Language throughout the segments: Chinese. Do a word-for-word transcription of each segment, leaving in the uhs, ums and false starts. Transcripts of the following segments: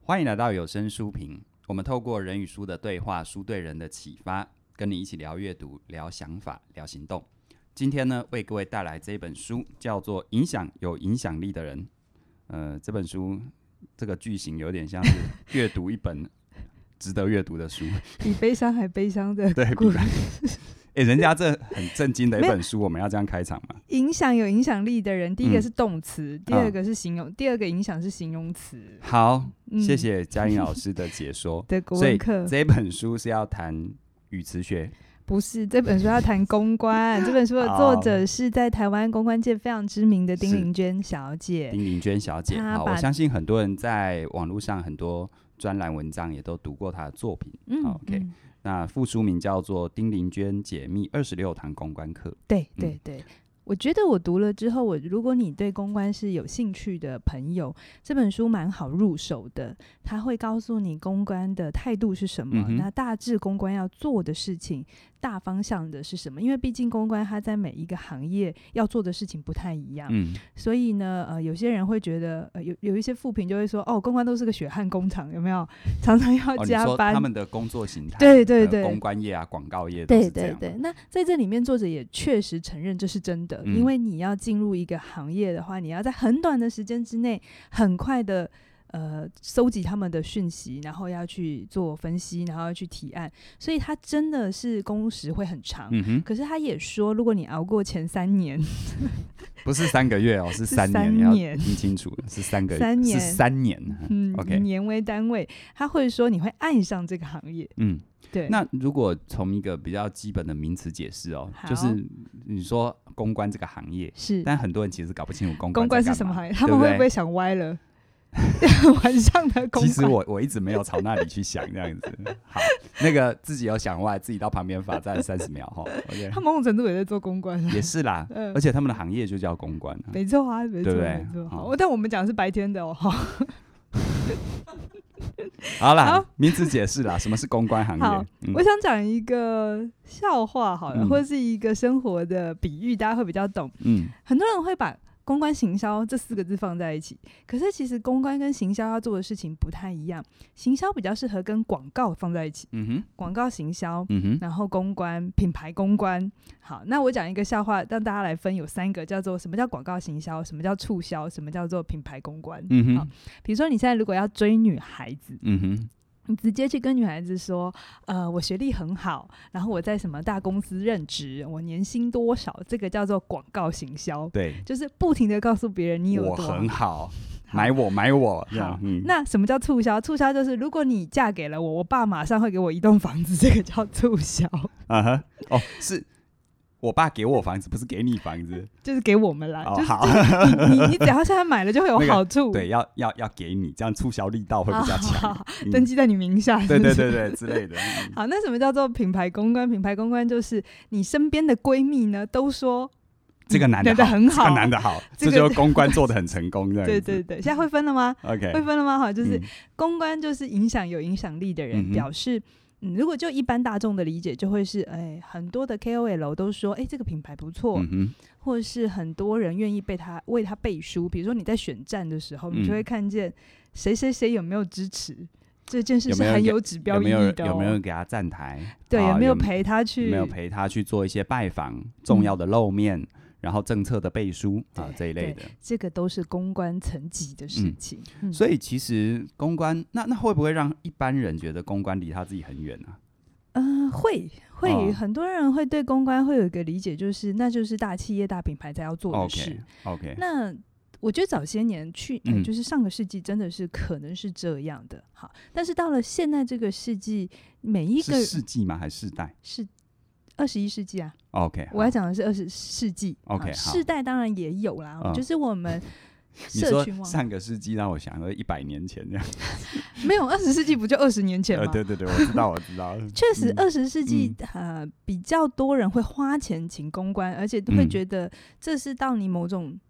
欢迎来到有声书评，我们透过人与书的对话，书对人的启发，跟你一起聊阅读、聊想法、聊行动。今天呢，为各位带来这本书，叫做《影响有影响力的人》。呃，这本书这个句型有点像是阅读一本值得阅读的书， 比悲伤还悲伤的对， 故事。 欸、人家这很震惊的一本书，我们要这样开场吗？ 影响有影响力的人，第一个是动词、嗯，第二个是形容， 嗯、 第二个影响是形容词。 好，嗯、谢谢嘉颖老师的解说。 对，国文课。 所以这本书是要谈语词学。 不是，这本书要谈公关。这本书的作者是在台湾公关界非常知名的丁玲娟小姐。 丁玲娟小姐，好，我相信很多人在网络上很多专栏文章也都读过她的作品。嗯 ，OK，、嗯、那副书名叫做《丁玲娟解密二十六堂公关课》。 对对对。嗯，我觉得我读了之后，我如果你对公关是有兴趣的朋友，这本书蛮好入手的。他会告诉你公关的态度是什么、嗯、那大致公关要做的事情大方向的是什么，因为毕竟公关它在每一个行业要做的事情不太一样、嗯、所以呢、呃、有些人会觉得、呃、有, 有一些负评就会说，哦，公关都是个血汗工厂，有没有常常要加班、哦、你说他们的工作形态， 对对对、 呃、公关业啊广告业都是这样。 对对对，那在这里面作者也确实承认这是真的、嗯、因为你要进入一个行业的话，你要在很短的时间之内很快的呃，收集他们的讯息，然后要去做分析，然后要去提案，所以他真的是工时会很长、嗯、可是他也说，如果你熬过前三年不是三个月哦，是三年， 三年， 你要听清楚，是三个月， 三年， 是三年， 嗯 ，OK， 年为单位，他会说你会爱上这个行业，嗯，对。 那如果从一个比较基本的名词解释哦，就是你说公关这个行业是，但很多人其实搞不清楚公关公关是什么行业，他们会不会想歪了？晚上的公关， 其实我我一直没有朝那里去想这样子。好，那个自己有想歪，自己到旁边罚站三十秒哈。OK， 他某种程度也在做公关、啊， 也是啦、嗯，而且他们的行业就叫公关、啊， 没错啊，没错，没错。好，但我们讲的是白天的哦。 好啦，好名词解释啦，什么是公关行业？ 好，嗯、我想讲一个笑话好了、嗯，或是一个生活的比喻，大家会比较懂。嗯，很多人会把公关行销这四个字放在一起，可是其实公关跟行销要做的事情不太一样。行销比较适合跟广告放在一起，嗯哼，广告行销，嗯哼，然后公关、品牌公关。好，那我讲一个笑话，让大家来分，有三个，叫做什么叫广告行销，什么叫促销，什么叫做品牌公关。嗯哼，好，比如说你现在如果要追女孩子，嗯哼。你直接去跟女孩子说，呃，我学历很好，然后我在什么大公司任职，我年薪多少，这个叫做广告行销。对，就是不停的告诉别人你有多好， 我很好，买我买我。 好、嗯，那什么叫促销？促销就是如果你嫁给了我，我爸马上会给我一栋房子，这个叫促销。啊哈， 哦，是。我爸给我房子，不是给你房子， 就是给我们啦。 哦， 就是、 好， 你你你只要现在买了就会有好处。 那個、对，要要要给你，这样促销力道会比较强、 嗯。登记在你名下是不是， 对对对对之类的。 好，那什么叫做品牌公关？品牌公关就是你身边的闺蜜呢都说这个男的好，很好， 这个男的好，这个、就是公关做得很成功。 对对对，现在会分了吗 ？OK， 会分了吗？好，就是、嗯、公关就是影响有影响力的人，嗯、表示。嗯，如果就一般大众的理解，就会是，哎，很多的 K O L 都说，哎，这个品牌不错，嗯、或者是很多人愿意被他为他背书。比如说你在选战的时候，嗯、你就会看见谁谁谁有没有支持这件事是很有指标意义的、哦， 有没有有没有给他站台？ 对， 啊、 有没有陪他去？ 有没有陪他去做一些拜访、重要的露面？嗯，然后政策的背书啊这一类的， 这个都是公关层级的事情、 嗯嗯、所以其实公关那那会不会让一般人觉得公关离他自己很远啊？ 呃，会会、哦、很多人会对公关会有一个理解，就是那就是大企业大品牌才要做的事。 OK, okay 那我觉得早些年去、呃嗯、就是上个世纪真的是可能是这样的。好，但是到了现在这个世纪，每一个是世纪吗？还是世代？ 是二十一世纪啊。 OK， 我要讲的是二十世纪。 OK， 世代当然也有啦、嗯、就是我们社群网。你说上个世纪让我想了一百年前这样。 没有，二十世纪不就二十年前吗？ 呃、对对对，我知道我知道。 确实，二十世纪、嗯、呃比较多人会花钱请公关，而且会觉得这是到你某种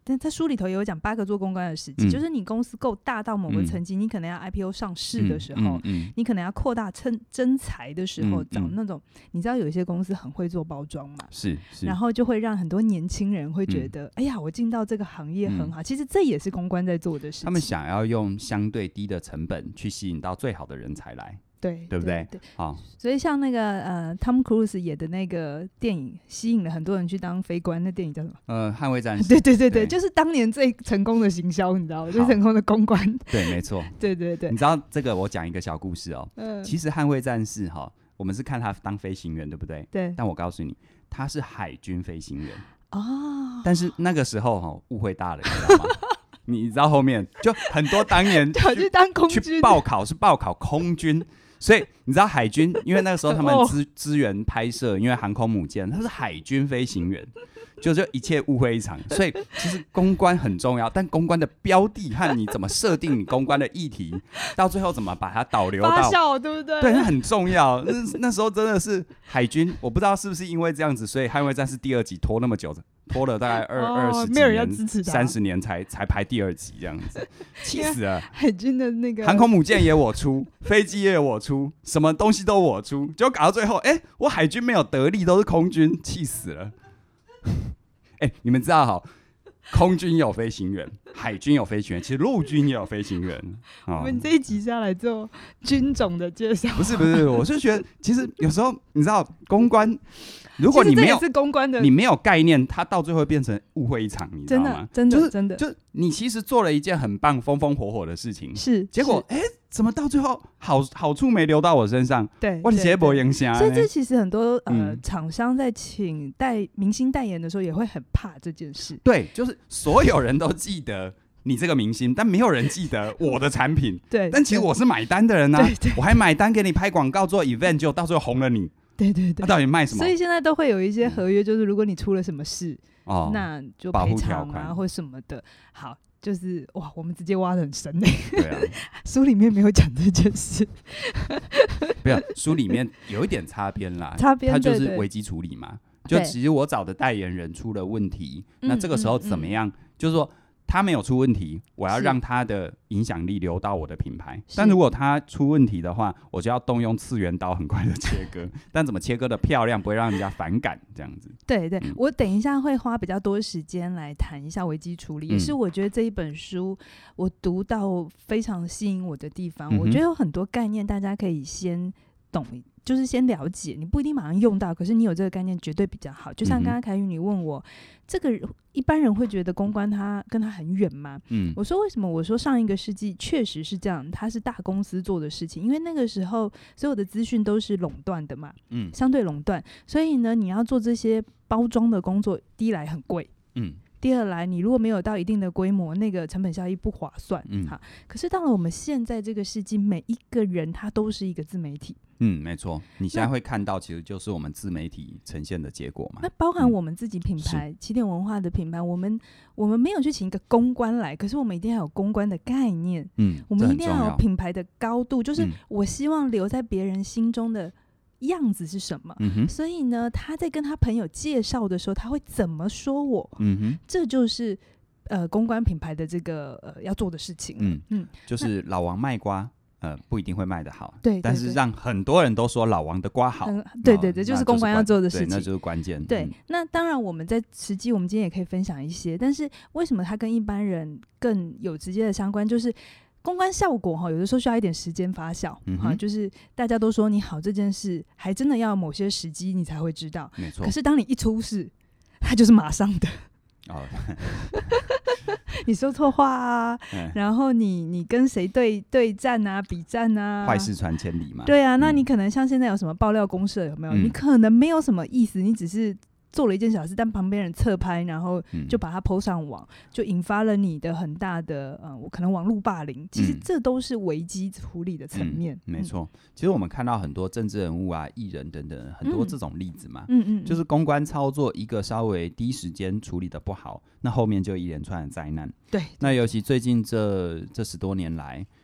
但在书里头也有讲八个做公关的时机、嗯，就是你公司够大到某个层级、嗯，你可能要 I P O 上市的时候，嗯嗯嗯、你可能要扩大增增财的时候、嗯嗯，找那种你知道有一些公司很会做包装嘛， 是是， 然后就会让很多年轻人会觉得，嗯、哎呀，我进到这个行业很好、嗯，其实这也是公关在做的事情。 他们想要用相对低的成本去吸引到最好的人才来。 对， 对不对？ 对， 好， 所以像那个呃，Tom Cruise 演的那个电影，吸引了很多人去当飞官。那电影叫什么？ 呃，捍卫战士。 对对对对，就是当年最成功的行销，你知道吗？最成功的公关。 对，没错。 对对对， 你知道这个？我讲一个小故事哦。嗯、呃。其实捍卫战士哈，我们是看他当飞行员，对不对？ 对。 但我告诉你，他是海军飞行员。 哦。 但是那个时候哈，误会大了，你知道吗？你知道后面就很多当年去, 去当空军去报考是报考空军。所以你知道海军，因为那个时候他们资资源拍摄，因为航空母舰，他是海军飞行员，就就一切误会一场。所以其实公关很重要，但公关的标的和你怎么设定你公关的议题，到最后怎么把它导流到发酵，对不对？ 对，那很重要。那那时候真的是海军，我不知道是不是因为这样子，所以《捍卫战士》第二集拖那么久，拖了大概二二十几年、三十年才才拍第二集这样子，气死了！ 海军的那个航空母舰也我出，飞机也我出，什么东西都我出，结果搞到最后，哎、欸，我海军没有得力，都是空军，气死了！哎、欸，你们知道哈，空军有飞行员，海军有飞行员，其实陆军也有飞行员。 哦、我们这一集下来做军种的介绍， 不是不是，我是觉得其实有时候你知道公关。如果你没有是公关的， 你没有概念，它到最后会变成误会一场，你知道吗？ 真的，真的， 就是真的， 就你其实做了一件很棒、风风火火的事情， 是， 结果哎，怎么到最后好好处没流到我身上？ 对， 我的结果影响。 所以这其实很多呃厂、嗯、商在请代明星代言的时候，也会很怕这件事。 对，就是所有人都记得你这个明星，但没有人记得我的产品。 对， 但其实我是买单的人啊， 对对对， 我还买单给你拍广告做 event， 就到最后红了你。 对对对， 他到底卖什么？ 所以现在都会有一些合约，就是如果你出了什么事，哦、那就赔偿啊或什么的。好，就是哇，我们直接挖得很深嘞、欸。 对啊， 书里面没有讲这件事。 没有，书里面有一点擦边啦， 擦边， 它就是危机处理嘛。就其实我找的代言人出了问题，那这个时候怎么样？嗯嗯嗯、就是说。他没有出问题，我要让他的影响力流到我的品牌。但如果他出问题的话，我就要动用次元刀，很快的切割。但怎么切割的漂亮，不会让人家反感，这样子。 对对、嗯，我等一下会花比较多时间来谈一下危机处理，嗯、也是我觉得这一本书我读到非常吸引我的地方。嗯、我觉得有很多概念，大家可以先懂。就是先了解，你不一定马上用到，可是你有这个概念绝对比较好。就像刚刚凯宇你问我，嗯、这个一般人会觉得公关它跟它很远吗？嗯，我说为什么？我说上一个世纪确实是这样，它是大公司做的事情，因为那个时候所有的资讯都是垄断的嘛，嗯，相对垄断，所以呢，你要做这些包装的工作，第一来很贵，嗯。第二来，你如果没有到一定的规模，那个成本效益不划算。嗯，好。可是到了我们现在这个世纪，每一个人他都是一个自媒体。 嗯，没错。你现在会看到，其实就是我们自媒体呈现的结果嘛。 那包含我们自己品牌、嗯、起点文化的品牌，我们我们没有去请一个公关来，可是我们一定要有公关的概念。嗯，我们一定要有品牌的高度，就是我希望留在别人心中的。样子是什么、嗯、所以呢他在跟他朋友介绍的时候他会怎么说我、嗯、哼这就是呃公关品牌的这个呃要做的事情。嗯嗯，就是老王卖瓜呃不一定会卖得好， 对， 但是让很多人都说老王的瓜好、嗯、 对对对，就是公关要做的事情， 对，那就是关键。 对、嗯、那当然我们在实际我们今天也可以分享一些，但是为什么它跟一般人更有直接的相关，就是公关效果哈，有的时候需要一点时间发酵、嗯啊、就是大家都说你好这件事，还真的要某些时机你才会知道。 没错。 可是当你一出事，它就是马上的。哦，你说错话啊，嗯、然后你你跟谁对对战啊、比战啊， 坏事传千里嘛。 对啊，那你可能像现在有什么爆料公社有没有、嗯？你可能没有什么意思，你只是。做了一件小事，但旁边人侧拍，然后就把它 po 上网、嗯，就引发了你的很大的呃，可能网络霸凌。其实这都是危机处理的层面。 嗯嗯、没错，其实我们看到很多政治人物啊、艺人等等很多这种例子嘛。嗯嗯，就是公关操作一个稍微第一时间处理的不好，那后面就一连串的灾难。 对， 那尤其最近这这十多年来。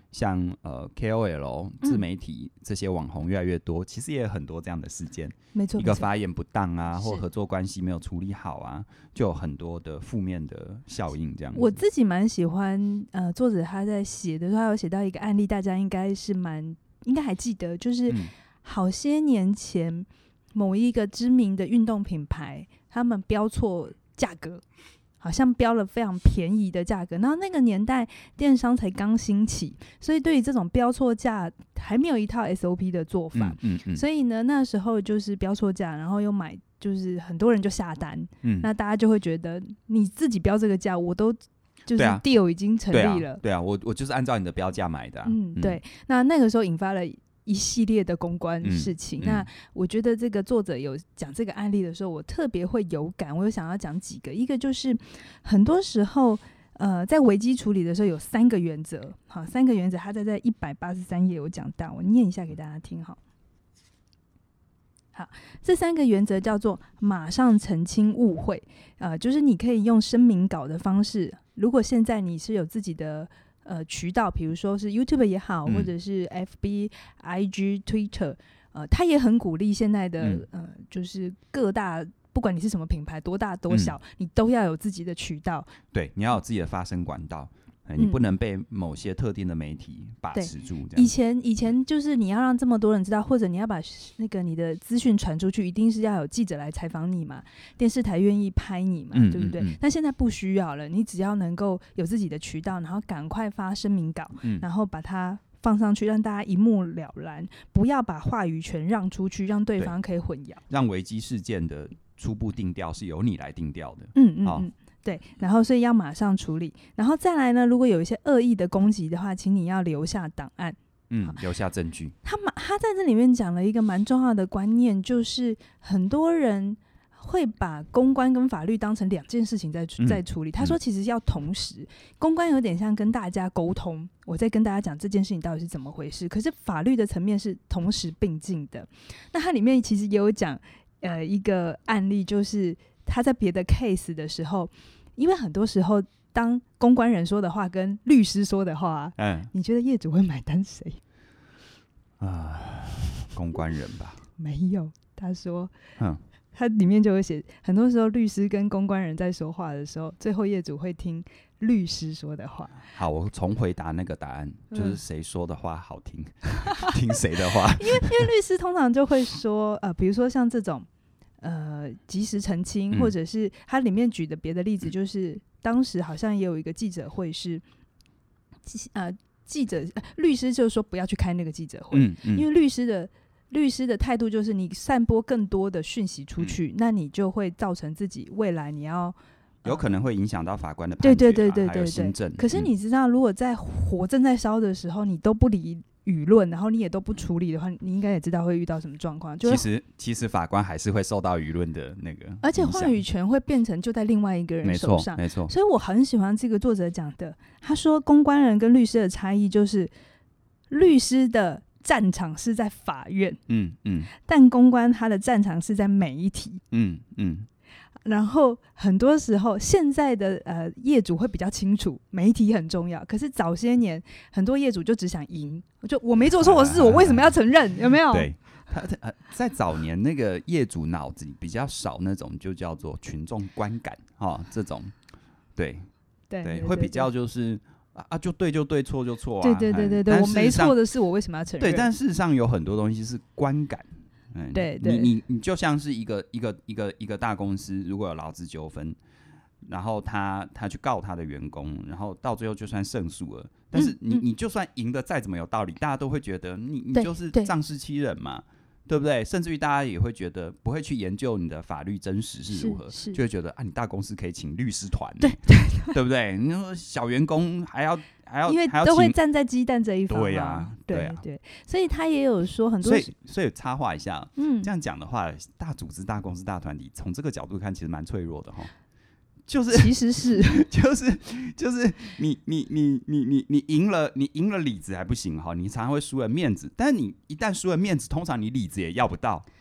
像呃 K O L 自媒体、嗯、这些网红越来越多，其实也有很多这样的事件， 没错， 一个发言不当啊，或合作关系没有处理好啊，就有很多的负面的效应这样子。 我自己蛮喜欢呃作者他在写的时候，他有写到一个案例，大家应该是蛮应该还记得，就是好些年前某一个知名的运动品牌，他们标错价格，好像标了非常便宜的价格，然后那个年代电商才刚兴起，所以对于这种标错价还没有一套 S O P 的做法，嗯嗯嗯、所以呢那时候就是标错价，然后又买，就是很多人就下单，嗯、那大家就会觉得你自己标这个价，我都就是 deal 已经成立了， 对啊，对啊，我我就是按照你的标价买的、啊， 嗯，对，嗯、那那个时候引发了一系列的公关事情、嗯嗯、那我觉得这个作者有讲这个案例的时候，我特别会有感，我有想要讲几个，一个就是很多时候呃，在危机处理的时候有三个原则，好，三个原则他在在一百八十三页有讲到，我念一下给大家听。好，好，这三个原则叫做马上澄清误会，呃，就是你可以用声明稿的方式，如果现在你是有自己的呃，渠道，比如说是 YouTube 也好，嗯、或者是 F B、I G、Twitter， 呃，他也很鼓励现在的、嗯、呃，就是各大，不管你是什么品牌，多大多小、嗯，你都要有自己的渠道。 对，你要有自己的发声管道。你不能被某些特定的媒体把持住这样。 以前以前就是你要让这么多人知道，或者你要把那个你的资讯传出去，一定是要有记者来采访你嘛，电视台愿意拍你嘛，嗯、对不对？那、嗯、现在不需要了，你只要能够有自己的渠道，然后赶快发声明稿、嗯，然后把它放上去，让大家一目了然，不要把话语权让出去，让对方可以混淆， 让危机事件的初步定调是由你来定调的。 嗯嗯嗯。对，然后所以要马上处理，然后再来呢，如果有一些恶意的攻击的话，请你要留下档案， 嗯，留下证据。 他他在这里面讲了一个蛮重要的观念，就是很多人会把公关跟法律当成两件事情在在处理。嗯、他说其实要同时，公关有点像跟大家沟通，我在跟大家讲这件事情到底是怎么回事，可是法律的层面是同时并进的。那它里面其实也有讲呃一个案例，就是他在别的 case 的时候。因为很多时候，当公关人说的话跟律师说的话，嗯，你觉得业主会买单谁？ 啊，公关人吧？ 没有，他说，嗯，他里面就会写，很多时候律师跟公关人在说话的时候，最后业主会听律师说的话。 好，我重回答那个答案，就是谁说的话好听，嗯、听谁的话？ 因为因为律师通常就会说，呃，比如说像这种。呃，及时澄清、嗯，或者是他里面举的别的例子，就是、嗯、当时好像也有一个记者会是，呃，记者、呃、律师就是说不要去开那个记者会，嗯嗯、因为律师的律师的态度就是你散播更多的讯息出去，嗯、那你就会造成自己未来你要。 有可能会影响到法官的判决、啊， 对对对对对对对。 可是你知道，如果在火正在烧的时候，你都不理舆论，然后你也都不处理的话，你应该也知道会遇到什么状况。 其实，其实法官还是会受到舆论的那个， 而且话语权会变成就在另外一个人手上。 没错，没错。 所以我很喜欢这个作者讲的，他说公关人跟律师的差异就是，律师的战场是在法院，嗯嗯，但公关他的战场是在媒体，嗯嗯。然后很多时候，现在的呃业主会比较清楚，媒体很重要。可是早些年，很多业主就只想赢，就我没做错事，我为什么要承认？有没有？ 对，他呃在早年那个业主脑子里比较少那种，就叫做群众观感哈，这种，对对 对, 对， 会比较就是啊就对就对，错就错啊。 对对对对对，我没错的事，我为什么要承认？ 对，但事实上有很多东西是观感。 嗯、对对， 你你你就像是一个一个一个一个大公司，如果有劳资纠纷，然后他他去告他的员工，然后到最后就算胜诉了，但是你、嗯、你就算赢得再怎么有道理，大家都会觉得你你就是仗势欺人嘛， 对, 对不对？甚至于大家也会觉得不会去研究你的法律真实是如何，就会觉得啊，你大公司可以请律师团， 对对对, 对不对？你说小员工还要。还要因为都会站在鸡蛋这一方、啊， 对呀、啊，对啊， 对，所以他也有说很多， 所以所以插话一下，嗯，这样讲的话，大组织、大公司、大团体，从这个角度看，其实蛮脆弱的哈。就是其实是， 就是就是你你你你你你赢了，你赢了里子还不行哈，你常常会输了面子，但是你一旦输了面子，通常你里子也要不到。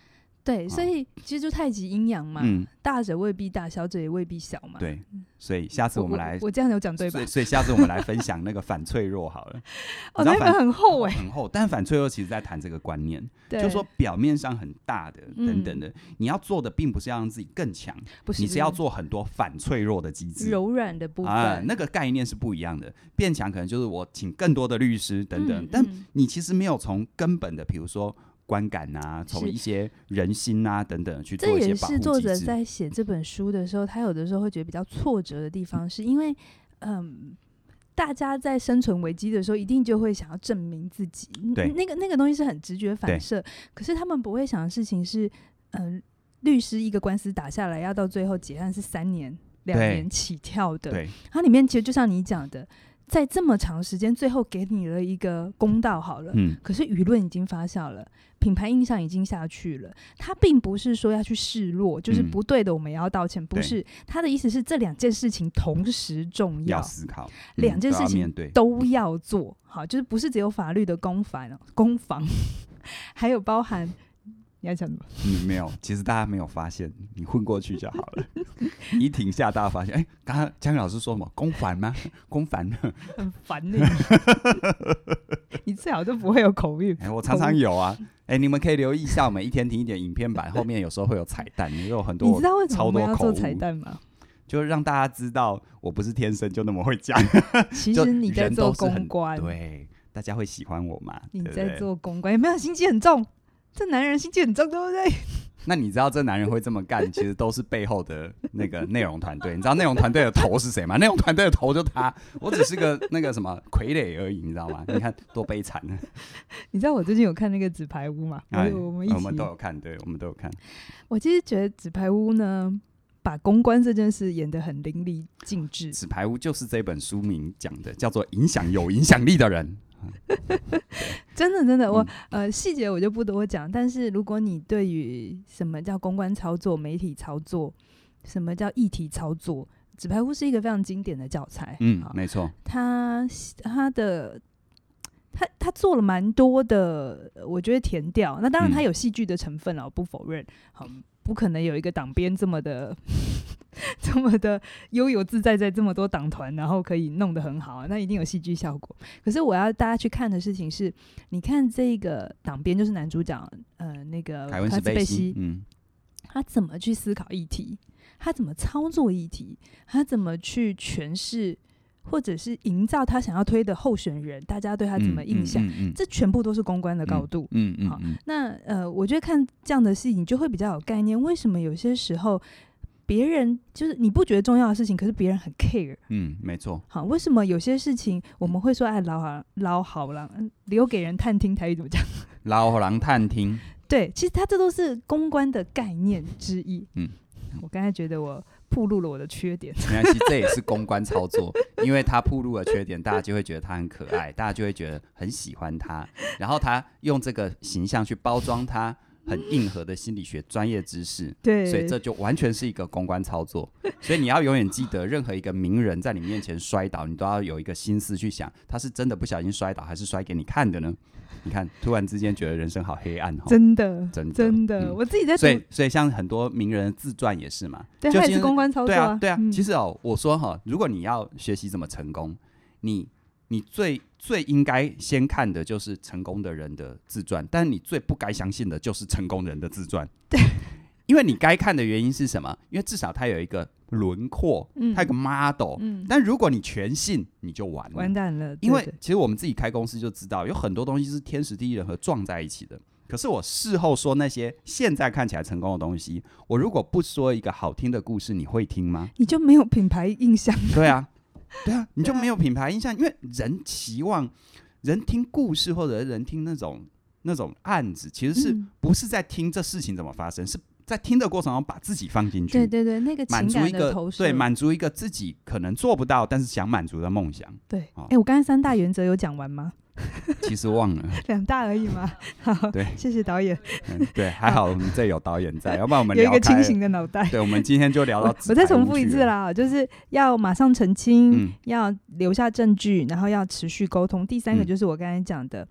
对，所以其实就太极阴阳嘛、嗯，大者未必大，小者也未必小嘛。 对，所以下次我们来， 我, 我, 我这样有讲对吧？ 所以所以下次我们来分享那个反脆弱好了。 哦，那本很厚哎、 欸，很厚，但反脆弱其实在谈这个观念，就是说表面上很大的等等的、嗯，你要做的并不是要让自己更强，你是要做很多反脆弱的机制， 柔软的部分、 啊，那个概念是不一样的。变强可能就是我请更多的律师等等，嗯、但你其实没有从根本的，比如说观感啊，从一些人心啊等等去做一些保护机制。这也是作者在写这本书的时候，他有的时候会觉得比较挫折的地方，是因为嗯，大家在生存危机的时候，一定就会想要证明自己。 对， 那个那个东西是很直觉反射，可是他们不会想的事情是，嗯、呃，律师一个官司打下来，要到最后结案是三年、两年起跳的。 对， 它里面其实就像你讲的。在这么长时间，最后给你了一个公道好了、嗯、可是舆论已经发酵了，品牌印象已经下去了。他并不是说要去示弱，就是不对的我们也要道歉、嗯、不是，他的意思是这两件事情同时重要， 要思考、 嗯、两件事情都要做好，就是不是只有法律的攻防攻防还有包含你要讲什么？ 嗯，没有，其实大家没有发现，你混过去就好了。一停下，大家发现，哎、欸，刚刚江老师说什么？公烦吗？公烦， 很烦呢、欸。你最好都不会有口语。 哎、欸，我常常有啊。哎、欸，你们可以留意一下，我们一天听一点影片版，后面有时候会有彩蛋，也有很多。 你知道为什么我们要做彩蛋吗？ 就让大家知道，我不是天生就那么会讲。 其实你在做公关， 对，大家会喜欢我嘛？ 你在做公关，有没有心机很重？这男人心机很重，对不对？ 那你知道这男人会这么干，其实都是背后的那个内容团队。你知道内容团队的头是谁吗？内容团队的头就他，我只是个那个什么傀儡而已，你知道吗？你看多悲惨呢！ 你知道我最近有看那个《纸牌屋》嘛？ 哎、 我们一起， 我们都有看，对，我们都有看。 我其实觉得《纸牌屋》呢，把公关这件事演得很淋漓尽致。 《纸牌屋》就是这本书名讲的，叫做影响有影响力的人。 真的真的，我呃细节我就不多讲，但是如果你对于什么叫公关操作、媒体操作，什么叫议题操作，纸牌屋是一个非常经典的教材。 嗯，没错， 他他的他他做了蛮多的，我觉得田调。那当然他有戏剧的成分了，我不否认。好，不可能有一个党编这么的这么的悠游自在，在这么多党团，然后可以弄得很好、啊，那一定有戏剧效果。可是我要大家去看的事情是，你看这个党编就是男主角，呃，那个凯文史贝西，嗯， 他怎么去思考议题，他怎么操作议题，他怎么去诠释，或者是营造他想要推的候选人，大家对他怎么印象，嗯嗯嗯嗯、这全部都是公关的高度。 嗯嗯, 嗯, 嗯好，那呃，我觉得看这样的戏，你就会比较有概念，为什么有些时候别人就是你不觉得重要的事情，可是别人很 care。 嗯，没错。 好，为什么有些事情我们会说哎，老好老好了，留给人探听，台语怎么讲？ 老好人探听。 对，其实它这都是公关的概念之一。嗯，我刚才觉得我暴露了我的缺点， 没关系，这也是公关操作，因为他暴露了缺点，大家就会觉得他很可爱，大家就会觉得很喜欢他，然后他用这个形象去包装他很硬核的心理学专业知识， 对， 所以这就完全是一个公关操作。所以你要永远记得，任何一个名人在你面前摔倒，你都要有一个心思去想，他是真的不小心摔倒，还是摔给你看的呢？你看，突然之间觉得人生好黑暗哦， 真的， 真的， 真的，嗯、我自己在读， 所以，所以像很多名人的自传也是嘛， 对，他也是公关操作、啊， 对啊，对啊。嗯、其实哦，我说哈，如果你要学习怎么成功，你你最最应该先看的就是成功的人的自传，但是你最不该相信的就是成功人的自传， 对。 因为你该看的原因是什么？因为至少它有一个轮廓，嗯、它有一个 model、嗯。但如果你全信，你就完了， 完蛋了。 因为其实我们自己开公司就知道，有很多东西是天时地利人和撞在一起的。可是我事后说那些现在看起来成功的东西，我如果不说一个好听的故事，你会听吗？ 你就没有品牌印象。 对啊，对啊，你就没有品牌印象，因为人期望人听故事或者人听那种那种案子，其实是不是在听这事情怎么发生，是在听的过程中把自己放进去， 对对对，那个情感的投射， 对，满足一个自己可能做不到但是想满足的梦想。 对，哎、哦欸，我刚才三大原则有讲完吗？ 其实忘了， 两大而已嘛。好， 对， 谢谢导演。 嗯、对，还好我们这有导演在，要不然我们聊有一个清醒的脑袋。 对，我们今天就聊到我。我再重复一次啦，就是要马上澄清、嗯，要留下证据，然后要持续沟通。第三个就是我刚才讲的。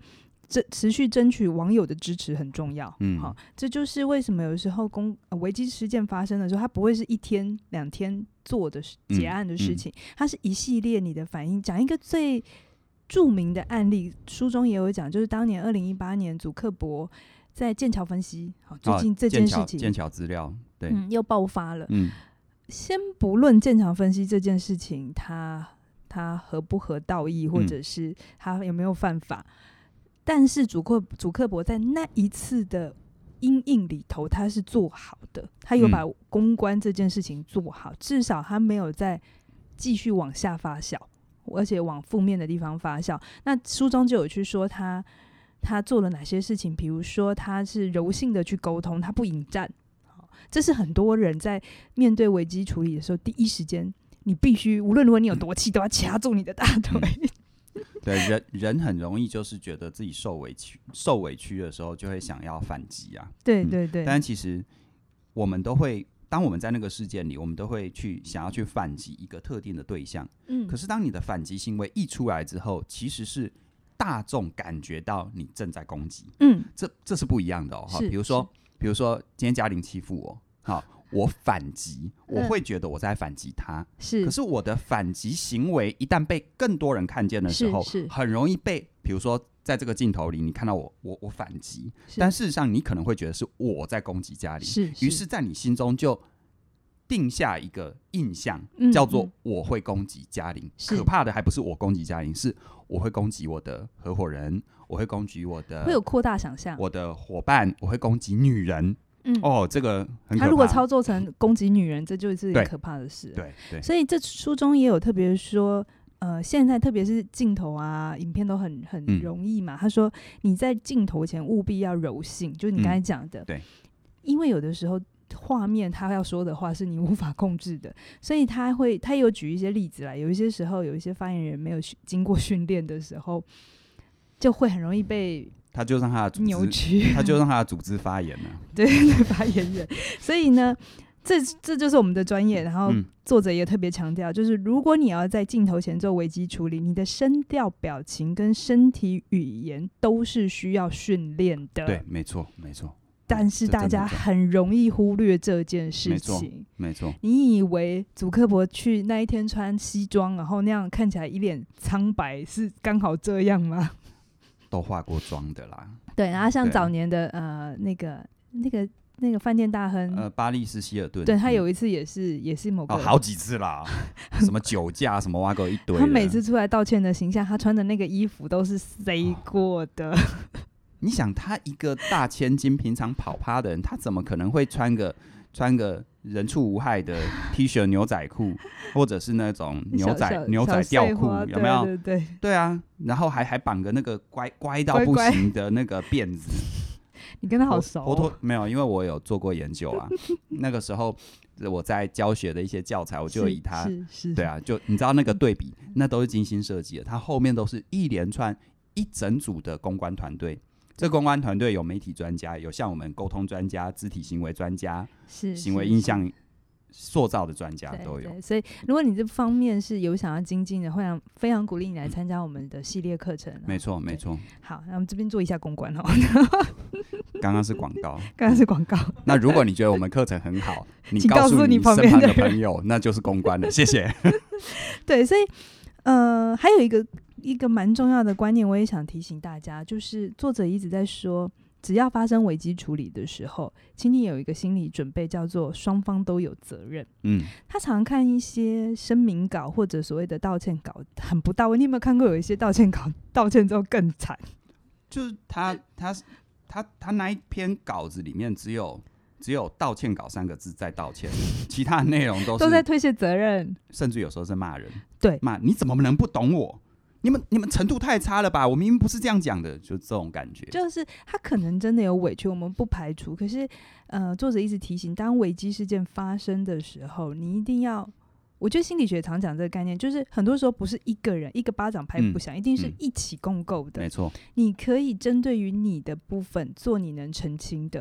持续争取网友的支持很重要。 嗯， 好，这就是为什么有时候公呃危机事件发生的时候，它不会是一天两天做的结案的事情，嗯嗯、它是一系列你的反应。讲一个最著名的案例，书中也有讲，就是当年二零一八年祖克伯在剑桥分析，好，最近这件事情， 剑桥资料，对、 嗯，又爆发了。 嗯， 先不论剑桥分析这件事情，它它合不合道义，或者是它有没有犯法。嗯，但是祖克祖克伯在那一次的因应里头，他是做好的，他有把公关这件事情做好，嗯、至少他没有再继续往下发酵，而且往负面的地方发酵。那书中就有去说他他做了哪些事情，比如说他是柔性的去沟通，他不引战，这是很多人在面对危机处理的时候，第一时间你必须无论如何你有多气，都要掐住你的大腿。嗯对，人人很容易就是觉得自己受委屈受委屈的时候就会想要反击啊。 对对对、嗯、 但其实我们都会，当我们在那个事件里，我们都会去想要去反击一个特定的对象。嗯，可是当你的反击行为一出来之后，其实是大众感觉到你正在攻击。嗯，这这是不一样的哦。比如说比如说今天嘉玲欺负我，好，我反击，我会觉得我在反击他，是、嗯。可是我的反击行为一旦被更多人看见的时候，很容易被，比如说在这个镜头里，你看到我，我我反击，但事实上你可能会觉得是我在攻击嘉玲，是。于是，在你心中就定下一个印象，嗯、叫做我会攻击嘉玲。可怕的还不是我攻击嘉玲，是我会攻击我的合伙人，我会攻击我的， 会有扩大想象， 我的伙伴，我会攻击女人。嗯、哦，这个很可怕。他如果操作成攻击女人，这就是很可怕的事。 对 对, 对， 所以这书中也有特别说，呃，现在特别是镜头啊、影片都很很容易嘛。嗯、他说你在镜头前务必要柔性，就是你刚才讲的、嗯。对，因为有的时候画面他要说的话是你无法控制的，所以他会他有举一些例子来。有一些时候，有一些发言人没有经过训练的时候，就会很容易被。 他就让他的组织，他就让他的组织发言了。 对对，发言人。所以呢，这这就是我们的专业。然后作者也特别强调，就是如果你要在镜头前做危机处理，你的声调、表情跟身体语言都是需要训练的。 对，没错，没错。 但是大家很容易忽略这件事情。 没错， 你以为祖克伯去那一天穿西装，然后那样看起来一脸苍白，是刚好这样吗？ 都化过妆的啦。 对，然后像早年的呃那个那个那个饭店大亨， 呃巴利斯希尔顿， 对，他有一次也是也是某个、 哦、好几次啦，什么酒驾什么挖个一堆的。 他每次出来道歉的形象，他穿的那个衣服都是塞过的。哦、 你想他一个大千金，平常跑趴的人，他怎么可能会穿个穿个人畜无害的 T 恤牛仔裤，或者是那种牛仔牛仔吊裤，有没有？ 对对对， 对啊，然后还还绑个那个乖乖到不行的那个辫子。 你跟他好熟、 哦？没有，因为我有做过研究啊。那个时候我在教学的一些教材，我就以他， 是是是对啊，就你知道那个对比，那都是精心设计的。他后面都是一连串一整组的公关团队。这公关团队有媒体专家，有像我们沟通专家、肢体行为专家、是行为印象塑造的专家都有。 对对，所以如果你这方面是有想要精进的，会常非常鼓励你来参加我们的系列课程。 没错，没错。 好，那我们这边做一下公关哦。 刚刚是广告， 刚刚是广告。 那如果你觉得我们课程很好，你告诉你身旁的朋友，那就是公关了。谢谢。 对，所以呃，还有一个。一个蛮重要的观念，我也想提醒大家，就是作者一直在说，只要发生危机处理的时候，请你有一个心理准备，叫做双方都有责任。嗯，他常看一些声明稿或者所谓的道歉稿很不到位，你有没有看过有一些道歉稿道歉之后更惨？ 就是他他他他那一篇稿子里面只有只有道歉稿三个字在道歉，其他的内容都是都在推卸责任， 甚至有时候是骂人。 对， 骂你怎么能不懂我？你们你们程度太差了吧？我明明不是这样讲的，就这种感觉。 就是他可能真的有委屈，我们不排除。可是，呃，作者一直提醒，当危机事件发生的时候，你一定要，我觉得心理学常讲这个概念，就是很多时候不是一个人一个巴掌拍不响，嗯、一定是一起共构的。 没错， 你可以针对于你的部分做你能澄清的。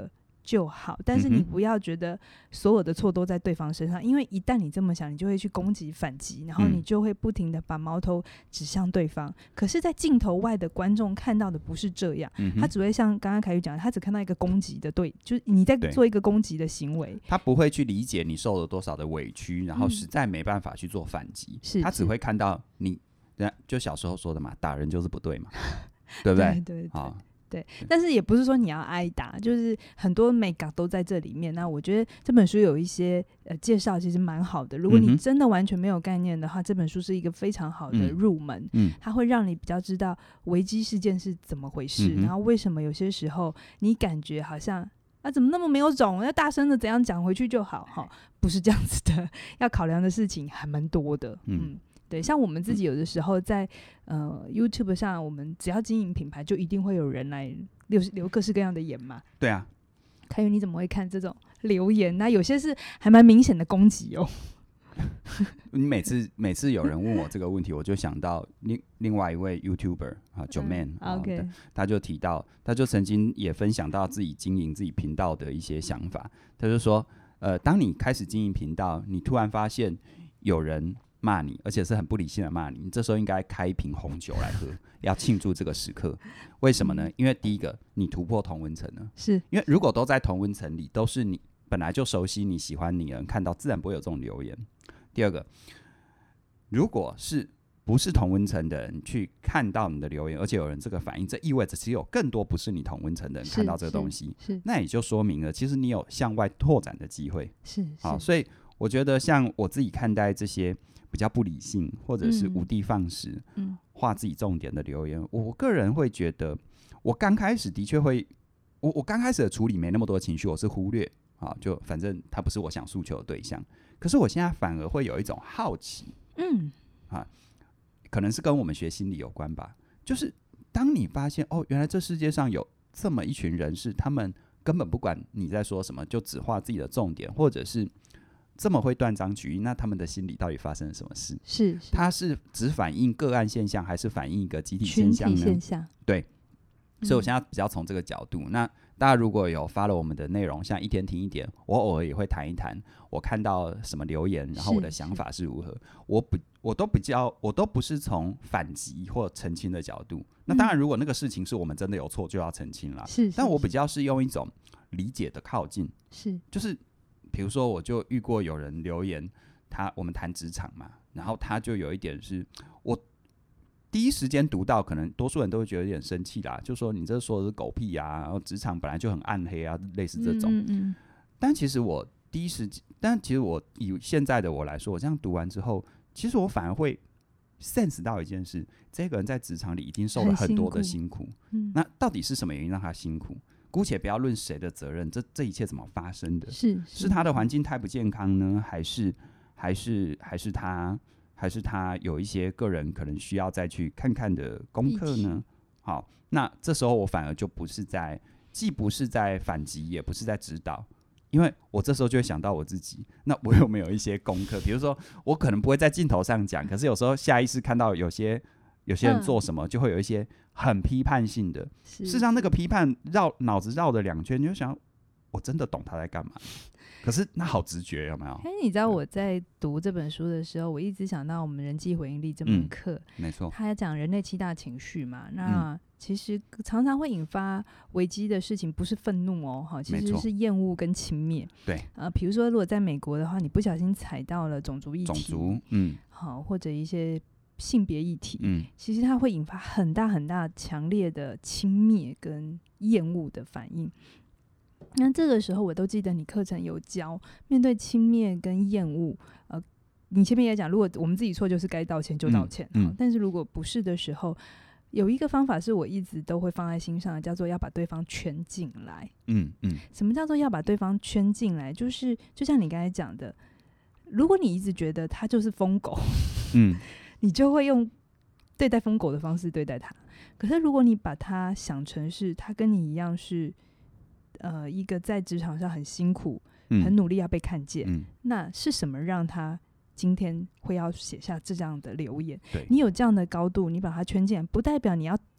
就好，但是你不要觉得所有的错都在对方身上，因为一旦你这么想，你就会去攻击反击，然后你就会不停的把矛头指向对方、嗯、可是在镜头外的观众看到的不是这样、嗯、他只会像刚刚凯宇讲的，他只看到一个攻击的，对，就是你在做一个攻击的行为， 他不会去理解你受了多少的委屈，然后实在没办法去做反击、嗯、他只会看到你就小时候说的嘛，打人就是不对嘛对不对？ 对对对，好，对，但是也不是说你要挨打，就是很多美感都在这里面。那我觉得这本书有一些呃介绍，其实蛮好的。如果你真的完全没有概念的话，嗯、这本书是一个非常好的入门。嗯，它会让你比较知道危机事件是怎么回事，嗯、然后为什么有些时候你感觉好像啊怎么那么没有种，要大声的怎样讲回去就好哈，不是这样子的，要考量的事情还蛮多的。嗯。嗯对，像我们自己有的时候在、呃、YouTube 上，我们只要经营品牌，就一定会有人来留留各式各样的言嘛。 对啊， 凯宇你怎么会看这种留言？那有些是还蛮明显的攻击哦。 你每次每次有人问我这个问题，我就想到另另外一位 YouTuber 啊 Joeman、嗯 okay. 啊、他就提到，他就曾经也分享到自己经营自己频道的一些想法。他就说，呃，当你开始经营频道，你突然发现有人骂你，而且是很不理性的骂你，你这时候应该开一瓶红酒来喝，要庆祝这个时刻。为什么呢？因为第一个，你突破同温层了， 是因为如果都在同温层里，都是你本来就熟悉、你喜欢你的人看到，自然不会有这种留言。第二个，如果是不是同温层的人去看到你的留言，而且有人这个反应，这意味着其实有更多不是你同温层的人看到这个东西， 是是那也就说明了，其实你有向外拓展的机会。 是， 好，所以我觉得像我自己看待这些比较不理性或者是无的放矢、嗯、画自己重点的留言，我个人会觉得，我刚开始的确会，我我刚开始的处理没那么多情绪，我是忽略，好，就反正他不是我想诉求的对象。可是我现在反而会有一种好奇，嗯，啊，可能是跟我们学心理有关吧。就是当你发现哦，原来这世界上有这么一群人是他们根本不管你在说什么，就只画自己的重点，或者是这么会断章取义，那他们的心里到底发生了什么事？ 是，是他是只反映个案现象，还是反映一个集体现象呢？ 群体现象， 对。所以我现在比较从这个角度、嗯、那大家如果有 follow 我们的内容，像一天听一点，我偶尔也会谈一谈我看到什么留言，然后我的想法是如何，我不我都比较我都不是从反击或澄清的角度。那当然如果那个事情是我们真的有错，就要澄清啦， 是， 但我比较是用一种理解的靠近， 是， 就是比如说我就遇过有人留言，他我们谈职场嘛，然后他就有一点是我第一时间读到，可能多数人都会觉得有点生气啦，就说你这说的是狗屁啊，然后职场本来就很暗黑啊，类似这种。嗯嗯，但其实我第一时间，但其实我以现在的我来说，我这样读完之后，其实我反而会 sense 到一件事，这个人在职场里一定受了很多的辛苦。辛苦嗯、那到底是什么原因让他辛苦？姑且不要论谁的责任，这这一切怎么发生的？ 是 是, 是他的环境太不健康呢，还是还是还是他？还是他有一些个人可能需要再去看看的功课呢？好，那这时候我反而就不是在，既不是在反击，也不是在指导，因为我这时候就会想到我自己，那我有没有一些功课？比如说，我可能不会在镜头上讲，可是有时候下意识看到有些有些人做什么，就会有一些很批判性的。事实上，那个批判绕脑子绕了两圈，你就想，我真的懂他在干嘛？可是那好直觉，有没有？ 哎，你知道我在读这本书的时候，我一直想到我们人际回应力这门课、 嗯，没错， 他讲人类七大情绪嘛。那其实常常会引发危机的事情，不是愤怒哦，哈，其实是厌恶跟轻蔑。 对， 呃，比如说，如果在美国的话，你不小心踩到了种族议题， 种族，嗯， 好，或者一些性别议题， 嗯， 其实它会引发很大很大强烈的轻蔑跟厌恶的反应。那这个时候我都记得你课程有教，面对轻蔑跟厌恶，呃，你前面也讲，如果我们自己错就是该道歉就道歉、嗯嗯、但是如果不是的时候，有一个方法是我一直都会放在心上的，叫做要把对方圈进来。 嗯嗯， 什么叫做要把对方圈进来？就是就像你刚才讲的，如果你一直觉得他就是疯狗，嗯，你就会用对待疯狗的方式对待他。可是如果你把他想成是他跟你一样是呃，一个在职场上很辛苦、嗯、很努力要被看见、嗯、那是什么让他今天会要写下这样的留言？ 对， 你有这样的高度，你把他圈进来，不代表你要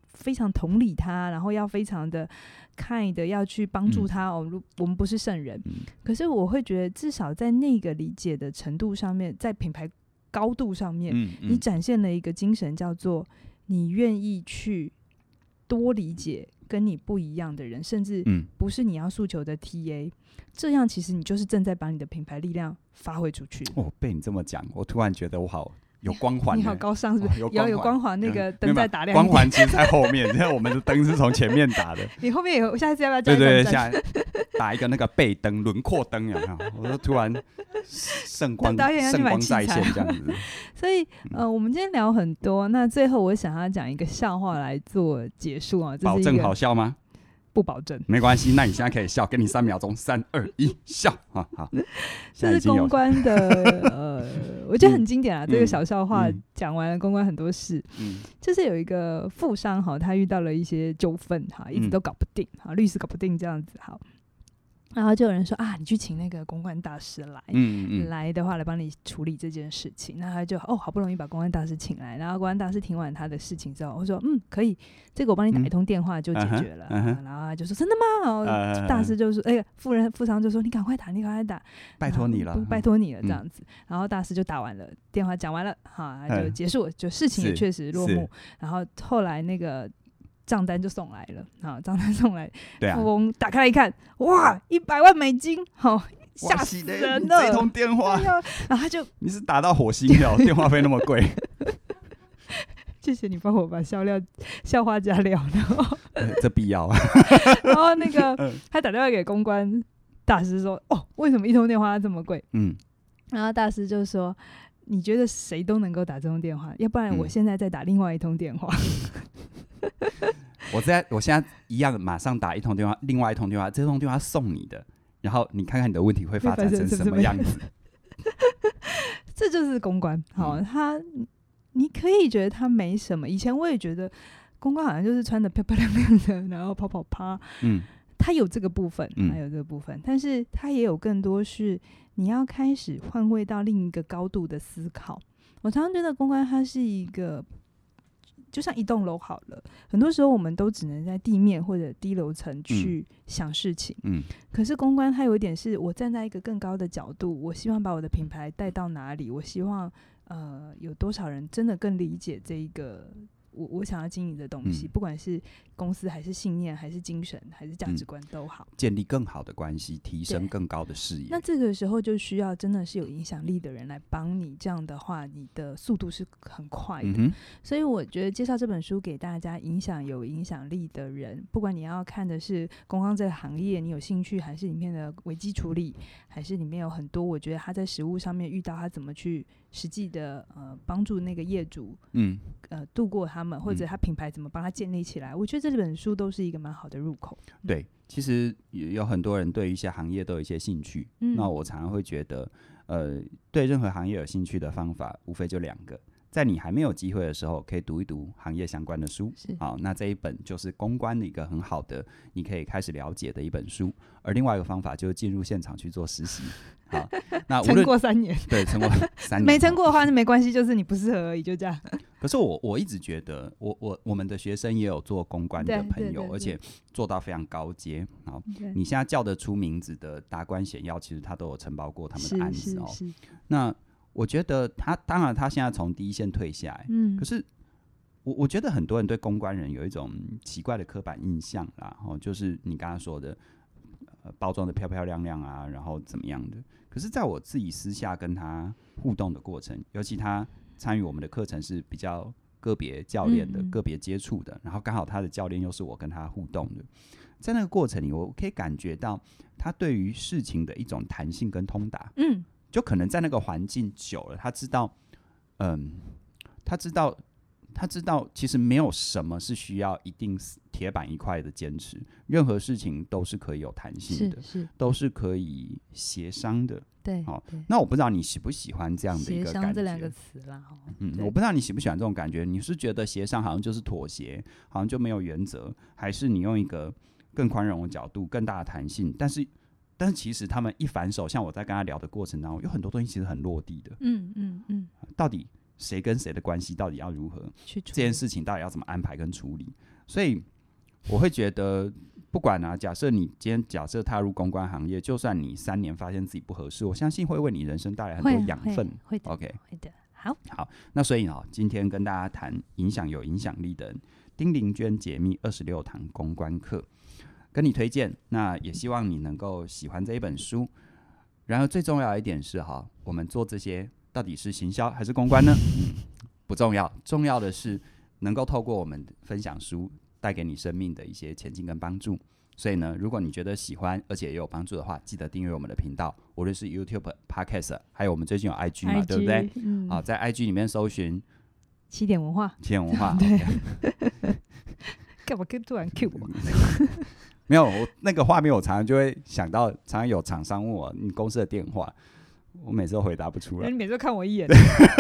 非常同理他，然后要非常的 kind 的要去帮助他、嗯、哦，我们不是圣人、嗯、可是我会觉得至少在那个理解的程度上面，在品牌高度上面、嗯嗯、你展现了一个精神，叫做你愿意去多理解跟你不一样的人，甚至不是你要诉求的 T A、嗯、这样其实你就是正在把你的品牌力量发挥出去。 哦，被你这么讲，我突然觉得我好有光环、欸、 你好高尚是不是、哦、有有光环，那个灯在打亮、 嗯、光环其实在后面现在我们的灯是从前面打的你后面有，下次要不要加一对对对，下打一个那个背灯轮廓灯有没有我就突然圣光圣光再现这样子所以呃，我们今天聊很多，那最后我想要讲一个笑话来做结束啊。 保证好笑吗？ 不保证， 没关系，那你现在可以笑，给你三秒钟，三二一，笑啊！好， 这是公关的，呃，我觉得很经典啊。嗯、这个小笑话讲完了公关很多事，嗯，就是有一个富商哈，他遇到了一些纠纷哈，一直都搞不定哈，律师搞不定这样子好。然后就有人说啊，你去请那个公关大师来，嗯嗯来的话来帮你处理这件事情。那他就哦，好不容易把公关大师请来，然后公关大师听完他的事情之后，我说嗯，可以，这个我帮你打一通电话就解决了。嗯啊、然后他就说真的吗？然后大师就说，哎、欸，富人富商就说你赶快打，你赶快打， 拜托你了， 拜托你了这样子。嗯、然后大师就打完了电话，讲完了，哈，就结束了，就事情也确实落幕。然后后来那个。账单就送来了，好，账单送来， 对啊， 富翁打开来一看，哇，一百万美金，好，吓死人了！ 这通电话， 然后他就你是打到火星的、哦，电话费那么贵。 谢谢你帮我把笑料笑话加料，然后、 呃、这必要啊。 然后那个、嗯、他打电话给公关大师说，哦，为什么一通电话这么贵？嗯，然后大师就说，你觉得谁都能够打这通电话，要不然我现在再打另外一通电话。 嗯我在我现在一样，马上打一通电话，另外一通电话，这通电话送你的，然后你看看你的问题会发展成什么样子。 这就是公关，好、嗯，他你可以觉得他没什么。以前我也觉得公关好像就是穿得漂漂亮亮的，然后跑跑趴，嗯，他有这个部分，他有这个部分，嗯、但是他也有更多是你要开始换位到另一个高度的思考。我常常觉得公关它是一个。就像一栋楼好了，很多时候我们都只能在地面或者低楼层去想事情、嗯嗯、可是公关它有一点是我站在一个更高的角度，我希望把我的品牌带到哪里，我希望呃有多少人真的更理解这一个我我想要经营的东西、嗯、不管是公司还是信念还是精神还是价值观都好、嗯、 建立更好的关系，提升更高的视野。 那这个时候就需要真的是有影响力的人来帮你，这样的话你的速度是很快的、嗯、所以我觉得介绍这本书给大家，影响有影响力的人，不管你要看的是公关这个行业你有兴趣，还是里面的危机处理，还是里面有很多我觉得他在实务上面遇到他怎么去实际的呃帮助那个业主嗯呃度过他们，或者他品牌怎么帮他建立起来、嗯、我觉得这本书都是一个蛮好的入口。 对，其实有很多人对于一些行业都有一些兴趣、嗯、那我常常会觉得呃，对任何行业有兴趣的方法无非就两个，在你还没有机会的时候可以读一读行业相关的书，好，那这一本就是公关的一个很好的你可以开始了解的一本书。而另外一个方法就是进入现场去做实习，好，那撑过三年， 对，撑过三年没撑过的话是没关系，就是你不适合而已，就这样。 可是我我一直觉得我我我们的学生也有做公关的朋友，对对对对，而且做到非常高阶。好，你现在叫得出名字的达官显要，其实他都有承包过他们的案子哦。是是是，那我觉得他当然他现在从第一线退下来，嗯，可是我我觉得很多人对公关人有一种奇怪的刻板印象啦，哦，就是你刚刚说的。包装的漂漂亮亮啊，然后怎么样的？可是在我自己私下跟他互动的过程，尤其他参与我们的课程是比较个别教练的、嗯嗯个别接触的，然后刚好他的教练又是我跟他互动的，在那个过程里，我可以感觉到他对于事情的一种弹性跟通达。嗯，就可能在那个环境久了，他知道，嗯，他知道。他知道其实没有什么是需要一定铁板一块的坚持，任何事情都是可以有弹性的，是是都是可以协商的。 对， 好，那我不知道你喜不喜欢这样的一个感觉。协商这两个词啦， 嗯，我不知道你喜不喜欢这种感觉。你是觉得协商好像就是妥协，好像就没有原则，还是你用一个更宽容的角度、更大的弹性？但是，但是其实他们一反手，像我在跟他聊的过程当中，有很多东西其实很落地的。嗯嗯嗯，到底谁跟谁的关系到底要如何，这件事情到底要怎么安排跟处理。所以我会觉得不管啊，假设你今天假设踏入公关行业，就算你三年发现自己不合适，我相信会为你人生带来很多养分。 会, 会, 会的 OK， 会的。好， 好，那所以呢，今天跟大家谈影响有影响力的人，丁玲娟解密二十六堂公关课，跟你推荐。那也希望你能够喜欢这一本书。然而最重要的一点是哈，我们做这些到底是行销还是公关呢？嗯，不重要，重要的是能够透过我们分享书带给你生命的一些前进跟帮助。所以呢，如果你觉得喜欢而且也有帮助的话，记得订阅我们的频道，无论是 YouTube、Podcast， 还有我们最近有 I G 嘛， I G, 对不对？嗯，好，在 I G 里面搜寻起点文化， 起点文化。 对，干嘛突然 Q 我？ 没有，我那个画面我常常就会想到，常常有厂商问我你公司的电话，我每次都回答不出来。 你每次都看我一眼，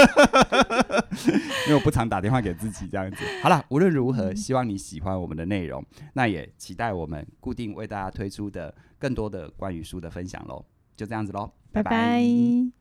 因为我不常打电话给自己这样子。好啦，无论如何，希望你喜欢我们的内容，那也期待我们固定为大家推出的更多的关于书的分享咯。就这样子咯，拜拜。 拜拜。